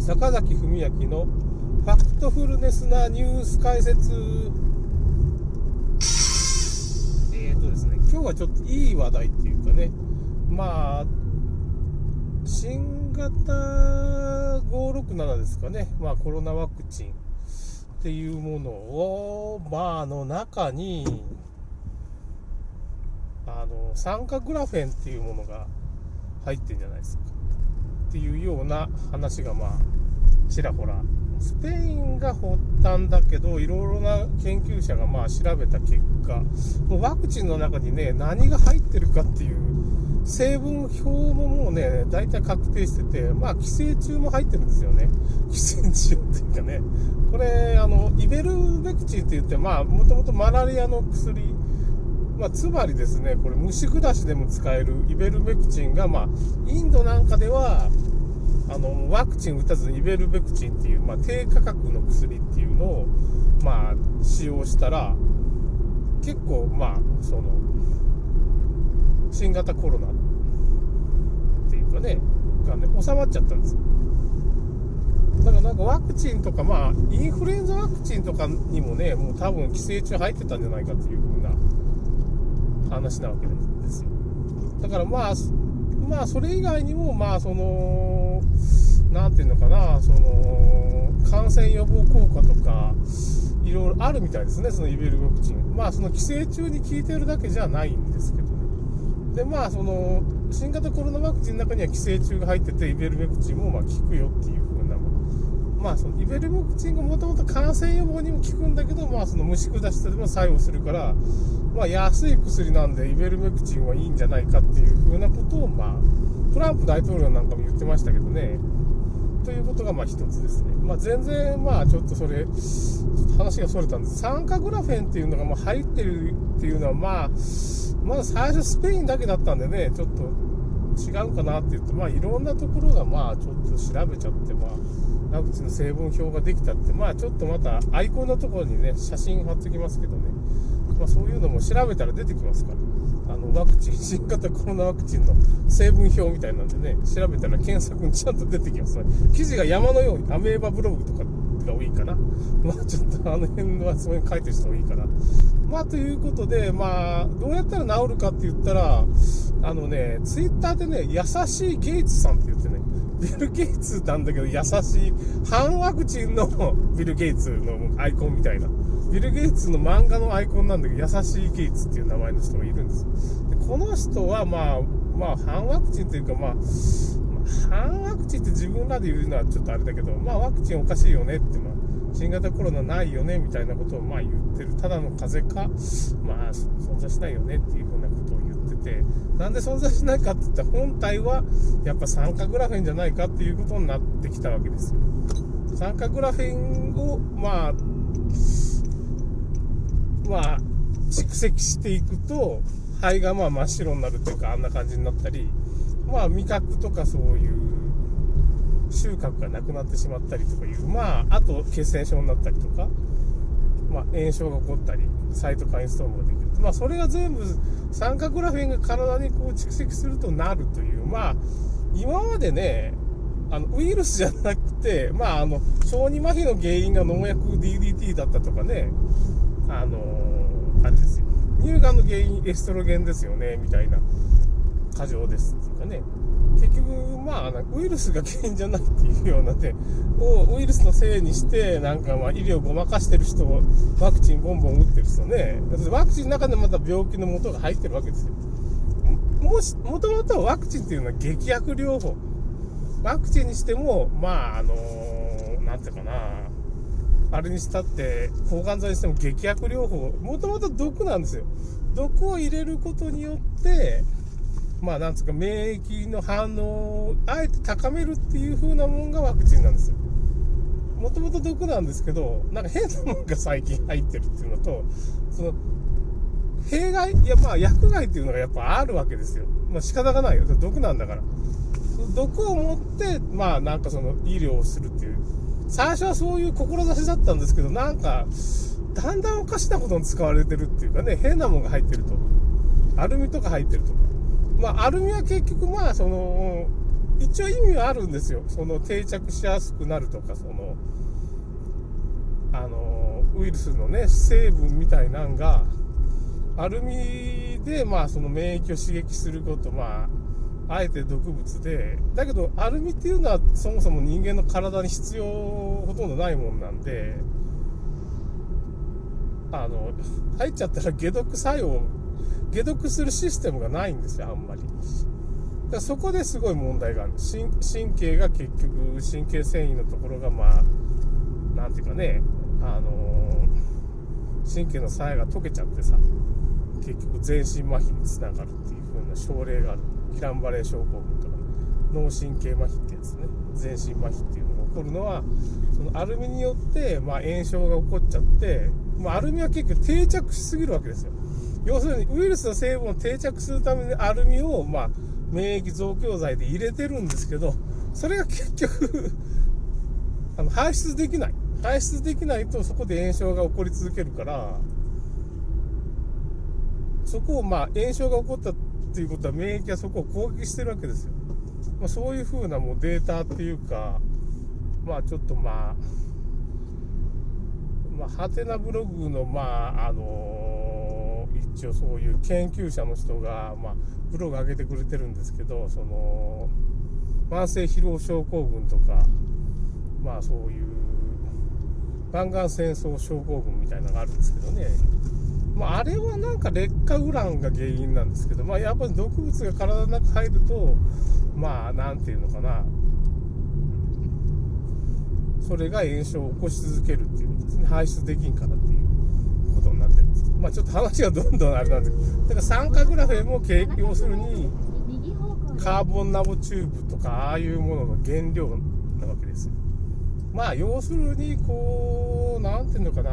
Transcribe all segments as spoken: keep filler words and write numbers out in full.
坂崎文明のファクトフルネスなニュース解説。えーとですね、今日はちょっといい話題っていうかね、まあ新型ごーろくななですかね、まあコロナワクチンっていうものを、まああの中にあの酸化グラフェンっていうものが入ってんじゃないですかっていうような話がまあちらほら、スペインが発端だけどいろいろな研究者がまあ調べた結果、もうワクチンの中にね何が入ってるかっていう成分表ももうね大体確定してて、まあ寄生虫も入ってるんですよね。寄生虫っていうかね、これあのイベルメクチンって言って、まあもともとマラリアの薬、まあ、つまりですね、これ虫下しでも使えるイベルメクチンが、まあインドなんかではあのワクチン打たずにイベルメクチンっていう、まあ、低価格の薬っていうのを、まあ、使用したら結構まあその新型コロナっていうかねがね収まっちゃったんですよ。だからなんかワクチンとか、まあインフルエンザワクチンとかにもねもう多分寄生虫入ってたんじゃないかっていう風な話なわけですよ。だからまあまあそれ以外にもまあそのなんていうのかな、その感染予防効果とかいろいろあるみたいですね、そのイベルメクチン。まあその寄生虫に効いてるだけじゃないんですけどね。でまあその新型コロナワクチンの中には寄生虫が入っててイベルメクチンもまあ効くよっていう風な、まあそのイベルメクチンがもともと感染予防にも効くんだけど、まあその虫下しでも作用するから、まあ安い薬なんでイベルメクチンはいいんじゃないかっていう風なことをまあトランプ大統領なんかも言ってましたけどね。ということがまあ一つですね。まあ全然まあちょっとそれちょっと話がそれたんです。酸化グラフェンっていうのがまあ入ってるっていうのはまあまだ最初スペインだけだったんでね、ちょっと違うかなって言って、まあいろんなところがまあちょっと調べちゃって、まあワクチンの成分表ができたって、まあちょっとまたアイコンのところにね写真貼ってきますけどね、まあそういうのも調べたら出てきますから。あのワクチン、新型コロナワクチンの成分表みたいなんでね、調べたら検索にちゃんと出てきますね。記事が山のように、アメーバブログとかが多いかな。まあちょっとあの辺はそういうの書いてる人多いかな。まあということで、まあどうやったら治るかって言ったら、あのね、ツイッターでね、優しいゲイツさんって言ってね、ビル・ゲイツなんだけど優しい反ワクチンのビル・ゲイツのアイコンみたいな。ビル・ゲイツの漫画のアイコンなんだけど、優しいゲイツっていう名前の人がいるんです。でこの人はまあ、まあ、反ワクチンというか、まあ、反ワクチンって自分らで言うのはちょっとあれだけど、まあ、ワクチンおかしいよねって、まあ、新型コロナないよねみたいなことをまあ言ってる。ただの風邪か、まあ、存在しないよねっていうふうなことを言ってて、なんで存在しないかって言ったら、本体はやっぱ酸化グラフェンじゃないかっていうことになってきたわけですよ。酸化グラフェンを、まあ、まあ、蓄積していくと肺がまあ真っ白になるというか、あんな感じになったり、まあ味覚とかそういう収穫がなくなってしまったりとかいう、まああと血栓症になったりとか、まあ炎症が起こったりサイトカインストームができる、まあそれが全部酸化グラフェンが体にこう蓄積するとなるという、まあ今までねあのウイルスじゃなくて、まああの小児麻痺の原因が農薬 ディーディーティー だったとかね、あのー、あれですよ、乳がんの原因エストロゲンですよねみたいな過剰ですっていうかね、結局まあウイルスが原因じゃないっていうようなねをウイルスのせいにしてなんかまあ医療をごまかしてる人をワクチンボンボン打ってる人ね、ワクチンの中でまた病気の元が入ってるわけですよ。もしもともとワクチンっていうのは劇薬療法、ワクチンにしてもまああのー、なんていうかな、あれにしたって抗がん剤にしても劇薬療法、もともと毒なんですよ。毒を入れることによってまあなんつうか免疫の反応をあえて高めるっていう風なもんがワクチンなんですよ。もともと毒なんですけど、なんか変なもんが最近入ってるっていうのと、その弊害、いやまあ薬害っていうのがやっぱあるわけですよ。まあ仕方がないよ、毒なんだから。毒を持ってまあなんかその医療をするっていう、最初はそういう志だったんですけど、なんかだんだんおかしなことに使われてるっていうかね、変なもんが入ってると、アルミとか入ってるとか、まあアルミは結局まあその一応意味はあるんですよ。その定着しやすくなるとか、そのあのウイルスのね成分みたいなんがアルミでまあその免疫を刺激すること、まああえて毒物で、だけどアルミっていうのはそもそも人間の体に必要ほとんどないもんなんで、あの入っちゃったら解毒作用、解毒するシステムがないんですよ、あんまり。だからそこですごい問題がある。神経が結局神経繊維のところがまあなんていうかね、あの神経の鞘が溶けちゃってさ、結局全身麻痺につながるっていう風な症例がある。ギランバレー症候群とか脳神経麻痺ってやつね、全身麻痺っていうのが起こるのはそのアルミによってまあ炎症が起こっちゃって、まあ、アルミは結局定着しすぎるわけですよ。要するにウイルスの成分を定着するためにアルミをまあ免疫増強剤で入れてるんですけど、それが結局あの排出できない排出できないとそこで炎症が起こり続けるから、そこをまあ炎症が起こったっていうことは免疫はそこを攻撃してるわけですよ。まあ、そういう風なもうデータっていうか、まあちょっとまあまあハテナブログのまああの一応そういう研究者の人がまあブログ上げてくれてるんですけど、その慢性疲労症候群とか、まあそういう湾岸戦争症候群みたいなのがあるんですけどね。まあ、あれはなんか劣化ウランが原因なんですけど、まあ、やっぱり毒物が体の中入ると、まあ、なんていうのかな、それが炎症を起こし続けるっていうことですね。排出できんからっていうことになってるんです。まあ、ちょっと話がどんどんあれなんですけど、だから酸化グラフェンも要するに、カーボンナノチューブとか、ああいうものの原料なわけですよ。まあ、要するに、こう、なんていうのかな、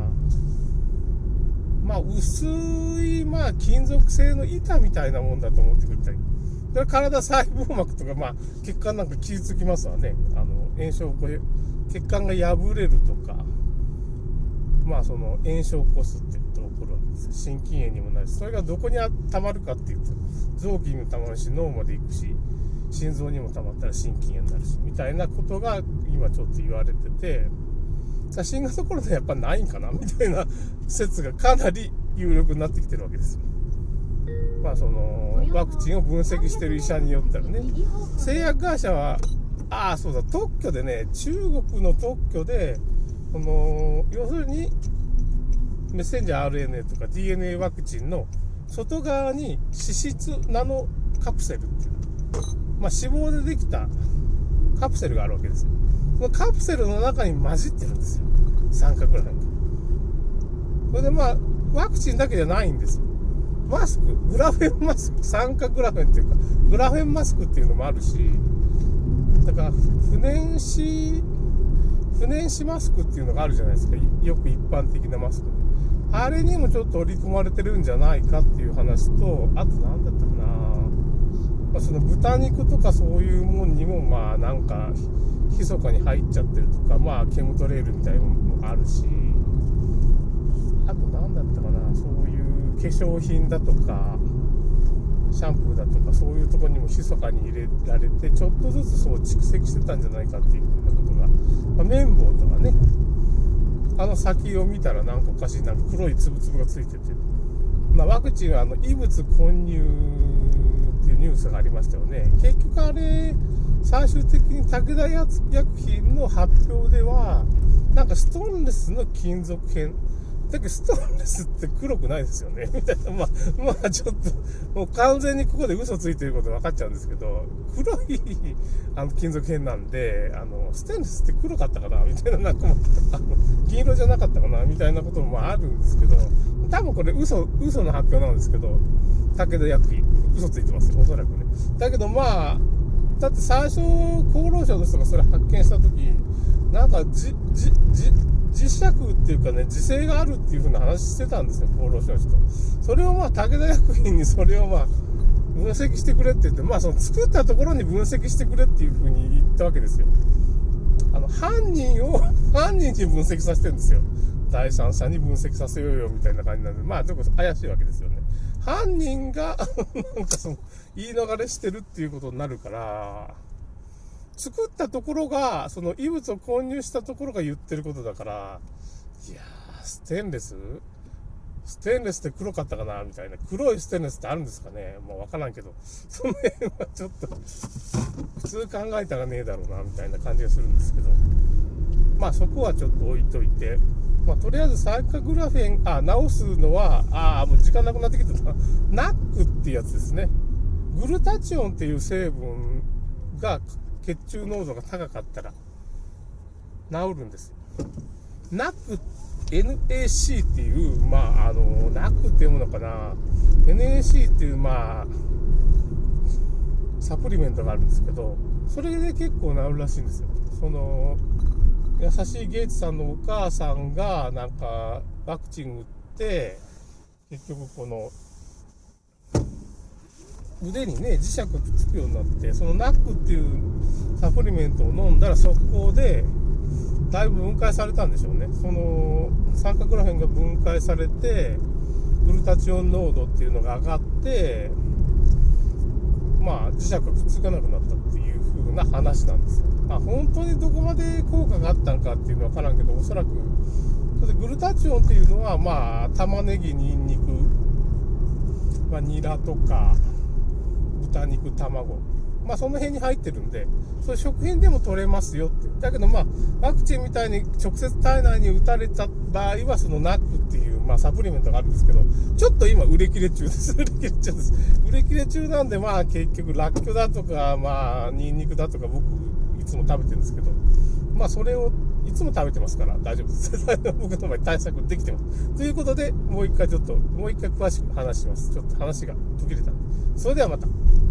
まあ、薄い、まあ、金属製の板みたいなもんだと思ってくれたり。それ体細胞膜とか、まあ、血管なんか傷つきますわね。あの、炎症、これ、血管が破れるとか、まあ、その、炎症を起こすってことが起こるわけです。心筋炎にもなるし、それがどこに溜まるかっていうと、臓器にも溜まるし、脳まで行くし、心臓にも溜まったら心筋炎になるし、みたいなことが今ちょっと言われてて、新型コロナやっぱないんかなみたいな説がかなり有力になってきてるわけですよ。まあそのワクチンを分析してる医者によったらね、製薬会社はああそうだ特許でね、中国の特許でこの要するにメッセンジャー アールエヌエー とか ディーエヌエー ワクチンの外側に脂質ナノカプセルっていう、まあ脂肪でできたカプセルがあるわけですよ。そのカプセルの中に混じってるんですよ、酸化グラフェンが。それでまあワクチンだけじゃないんですよ。マスク、グラフェンマスク、酸化グラフェンっていうかグラフェンマスクっていうのもあるし、だから不燃脂不燃脂マスクっていうのがあるじゃないですか、よく一般的なマスク。あれにもちょっと織り込まれてるんじゃないかっていう話と、あと何だったかな、まあ、その豚肉とかそういうもんにもまあなんか密かに入っちゃってるとか、まあケムトレールみたいなのもあるし、あと何だったかな、そういう化粧品だとかシャンプーだとかそういうところにも密かに入れられて、ちょっとずつそう蓄積してたんじゃないかっていうふうなことが、まあ、綿棒とかね、あの先を見たらなんかおかしい、なんか黒いつぶつぶがついてて、まあ、ワクチンはあの異物混入っていうニュースがありましたよね。結局あれ最終的に武田薬品の発表ではなんかストンレスの金属片だけど、ストンレスって黒くないですよねみたいな、まあまあちょっともう完全にここで嘘ついてること分かっちゃうんですけど、黒いあの金属片なんで、あのステンレスって黒かったかなみたいな、なんかもうあの銀色じゃなかったかなみたいなこともあるんですけど、多分これ嘘嘘の発表なんですけど、武田薬品嘘ついてますよ、おそらくね。だけどまあだって最初厚労省の人がそれ発見した時、なんかじじじ磁石っていうかね、磁性があるっていう風な話してたんですよ、厚労省の人。それをまあ武田薬品にそれをまあ分析してくれって言って、まあその作ったところに分析してくれっていう風に言ったわけですよ。あの犯人を犯人に分析させてるんですよ。第三者に分析させようよみたいな感じなんで、まあちょっと怪しいわけですよね。犯人がなんかその言い逃れしてるっていうことになるから、 作ったところが、その異物を混入したところが言ってることだから、いやー、ステンレスステンレスって黒かったかなみたいな。黒いステンレスってあるんですかね。もうわからんけど、その辺はちょっと、普通考えたらねえだろうな、みたいな感じがするんですけど。まあそこはちょっと置いといて、まあとりあえず酸化グラフェン、あ、直すのは、ああ、もう時間なくなってきたな。ナックっていうやつですね。グルタチオンっていう成分が血中濃度が高かったら治るんですよ。ナック エヌエーシー っていう、まあ、あの、ナックって読むのかな ?エヌエーシー っていう、まあ、サプリメントがあるんですけど、それで結構治るらしいんですよ。その、優しいゲイツさんのお母さんが、なんか、ワクチン打って、結局この、腕にね、磁石がくっつくようになって、そのナックっていうサプリメントを飲んだら速攻で、だいぶ分解されたんでしょうね。その酸化グラフェンが分解されて、グルタチオン濃度っていうのが上がって、まあ磁石がくっつかなくなったっていう風な話なんですよ。まあ、本当にどこまで効果があったんかっていうのは分からんけど、おそらく、それでグルタチオンっていうのは、まあ玉ねぎ、ニンニク、まあ、ニラとか、豚肉、卵。まあその辺に入ってるんで、そういう食品でも取れますよって。だけどまあ、ワクチンみたいに直接体内に打たれた場合は、そのナックっていう、まあサプリメントがあるんですけど、ちょっと今売れ切れ中です。売れ切れ中です。売れ切れ中なんで、まあ結局、ラッキョだとか、まあ、ニンニクだとか僕、いつも食べてるんですけど、まあそれを、いつも食べてますから大丈夫です。僕の場合対策できてます。ということで、もう一回ちょっと、もう一回詳しく話します。ちょっと話が途切れた。それではまた。